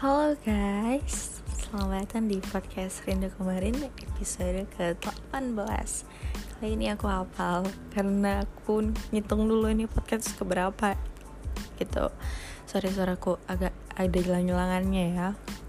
Halo guys, selamat datang di podcast Rindu Kemarin episode ke-18. Kali ini aku hafal karena aku ngitung dulu ini podcast keberapa gitu. Sorry suaraku agak ada hilang-hilangannya ya.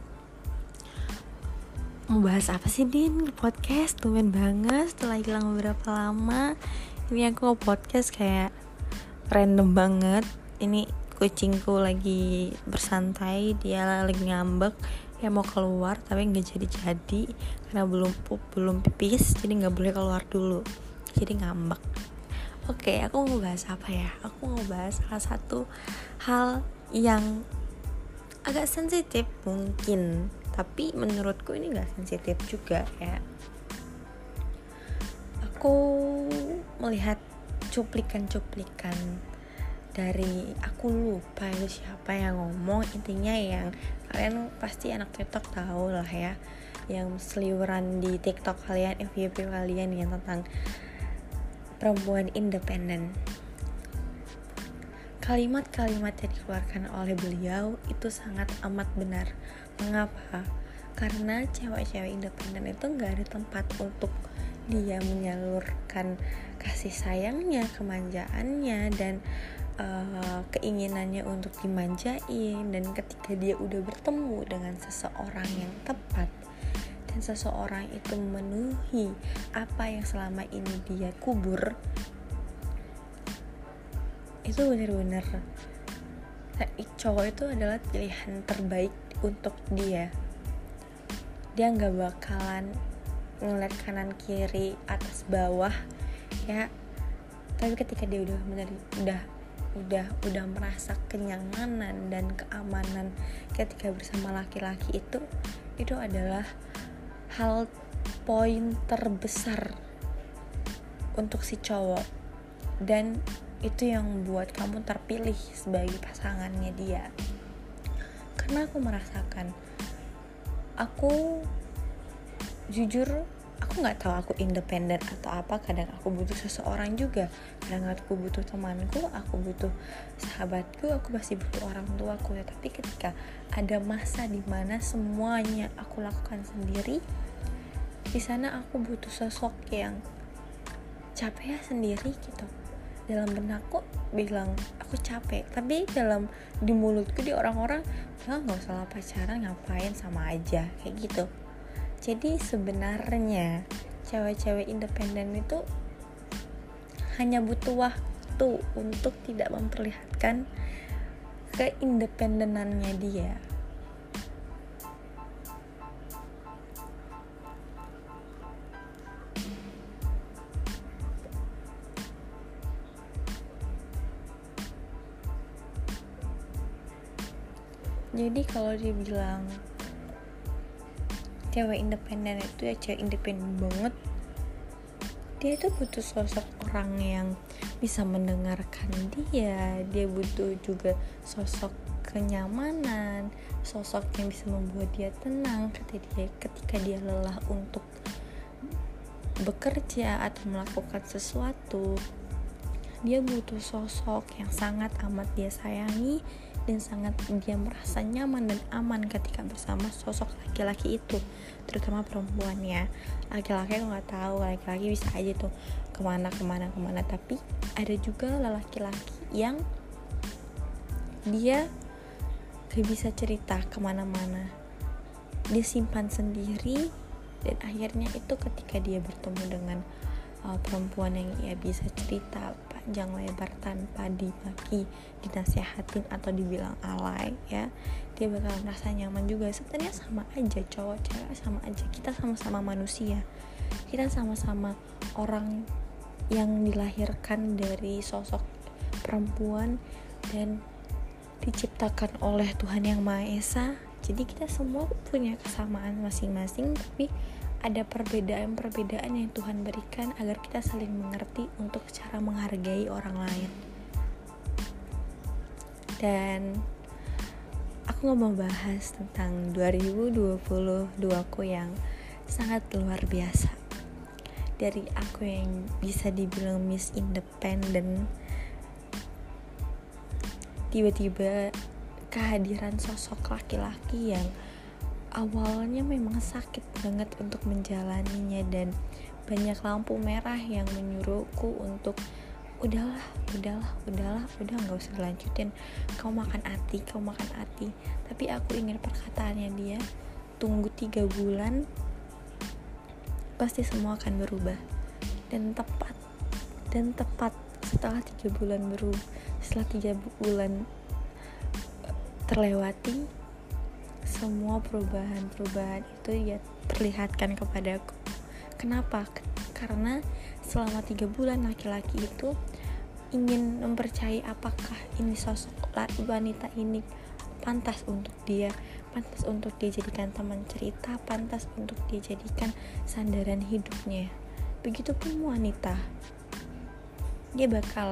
Mau bahas apa sih Din? Podcast tumben banget setelah hilang beberapa lama. Ini aku podcast kayak random banget. Ini kucingku lagi bersantai, dia lagi ngambek, dia mau keluar tapi nggak jadi karena belum pipis, jadi nggak boleh keluar dulu, jadi ngambek. Oke, aku mau bahas apa ya? Aku mau bahas salah satu hal yang agak sensitif mungkin, tapi menurutku ini nggak sensitif juga ya. Aku melihat cuplikan dari, aku lupa itu siapa yang ngomong, intinya yang kalian pasti anak TikTok tahu lah ya, yang seliweran di TikTok kalian, FYP kalian, yang tentang perempuan independen. Kalimat-kalimat yang dikeluarkan oleh beliau itu sangat amat benar. Mengapa? Karena cewek-cewek independen itu gak ada tempat untuk dia menyalurkan kasih sayangnya, kemanjaannya, dan keinginannya untuk dimanjain. Dan ketika dia udah bertemu dengan seseorang yang tepat dan seseorang itu memenuhi apa yang selama ini dia kubur, itu benar-benar cowok itu adalah pilihan terbaik untuk dia. Dia nggak bakalan ngeliat kanan kiri atas bawah ya, tapi ketika dia udah merasa kenyamanan dan keamanan ketika bersama laki-laki, itu adalah hal poin terbesar untuk si cowok, dan itu yang buat kamu terpilih sebagai pasangannya dia. Karena aku merasakan, aku jujur, aku nggak tahu aku independen atau apa. Kadang aku butuh seseorang juga, kadang aku butuh temanku, aku butuh sahabatku, aku pasti butuh orang tuaku ya. Tapi ketika ada masa dimana semuanya aku lakukan sendiri, di sana aku butuh sosok yang capek ya sendiri gitu. Dalam benakku bilang aku capek, tapi di mulutku, di orang-orang nggak usah lah pacaran, ngapain, sama aja kayak gitu. Jadi sebenarnya cewek-cewek independen itu hanya butuh waktu untuk tidak memperlihatkan keindependenannya dia. Jadi kalau dibilang cewek independen itu ya cewek independen banget, dia itu butuh sosok orang yang bisa mendengarkan dia butuh juga sosok kenyamanan, sosok yang bisa membuat dia tenang ketika dia lelah untuk bekerja atau melakukan sesuatu. Dia butuh sosok yang sangat amat dia sayangi dan sangat dia merasa nyaman dan aman ketika bersama sosok laki-laki itu, terutama perempuan ya. Laki-laki aku nggak tahu, laki-laki bisa aja tuh kemana, tapi ada juga laki-laki yang dia gak bisa cerita kemana-mana, dia simpan sendiri, dan akhirnya itu ketika dia bertemu dengan perempuan yang ia bisa cerita panjang lebar tanpa dimaki, dinasihatin atau dibilang alay ya, dia bakal merasa nyaman juga. Sebenarnya sama aja, cowok cewek sama aja, kita sama-sama manusia, kita sama-sama orang yang dilahirkan dari sosok perempuan dan diciptakan oleh Tuhan Yang Maha Esa. Jadi kita semua punya kesamaan masing-masing, tapi ada perbedaan yang Tuhan berikan agar kita saling mengerti untuk cara menghargai orang lain. Dan aku mau bahas tentang 2022ku yang sangat luar biasa. Dari aku yang bisa dibilang Miss Independent, tiba-tiba kehadiran sosok laki-laki yang awalnya memang sakit banget untuk menjalaninya, dan banyak lampu merah yang menyuruhku untuk udah nggak usah dilanjutin, kau makan hati. Tapi aku ingat perkataannya dia, tunggu 3 bulan pasti semua akan berubah. Dan tepat setelah 3 bulan terlewati, semua perubahan itu ya terlihatkan kepadaku. Kenapa? Karena selama 3 bulan laki-laki itu ingin mempercayai apakah ini sosok wanita ini pantas untuk dia jadikan teman cerita, pantas untuk dia jadikan sandaran hidupnya. Begitupun wanita, dia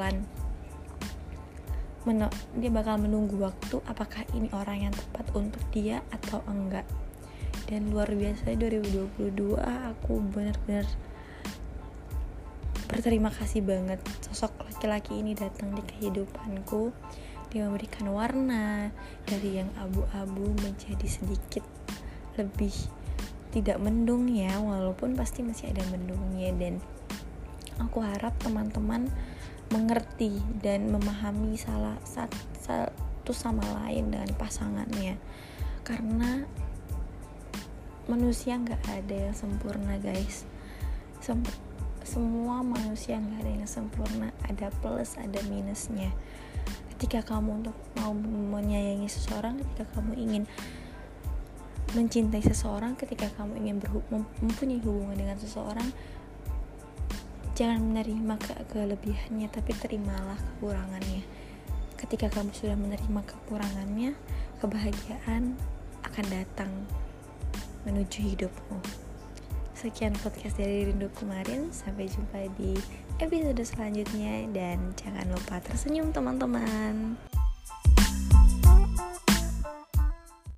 bakal menunggu waktu apakah ini orang yang tepat untuk dia atau enggak. Dan luar biasa 2022 aku benar-benar berterima kasih banget sosok laki-laki ini datang di kehidupanku. Dia memberikan warna dari yang abu-abu menjadi sedikit lebih tidak mendung ya, walaupun pasti masih ada mendungnya. Dan aku harap teman-teman mengerti dan memahami satu sama lain dengan pasangannya, karena manusia gak ada yang sempurna guys. Semua manusia gak ada yang sempurna, ada plus ada minusnya. Ketika kamu untuk mau menyayangi seseorang, ketika kamu ingin mencintai seseorang, ketika kamu ingin mempunyai hubungan dengan seseorang, jangan menerima kelebihannya, tapi terimalah kekurangannya. Ketika kamu sudah menerima kekurangannya, kebahagiaan akan datang menuju hidupmu. Sekian podcast dari Rindu Kemarin. Sampai jumpa di episode selanjutnya, dan jangan lupa tersenyum teman-teman.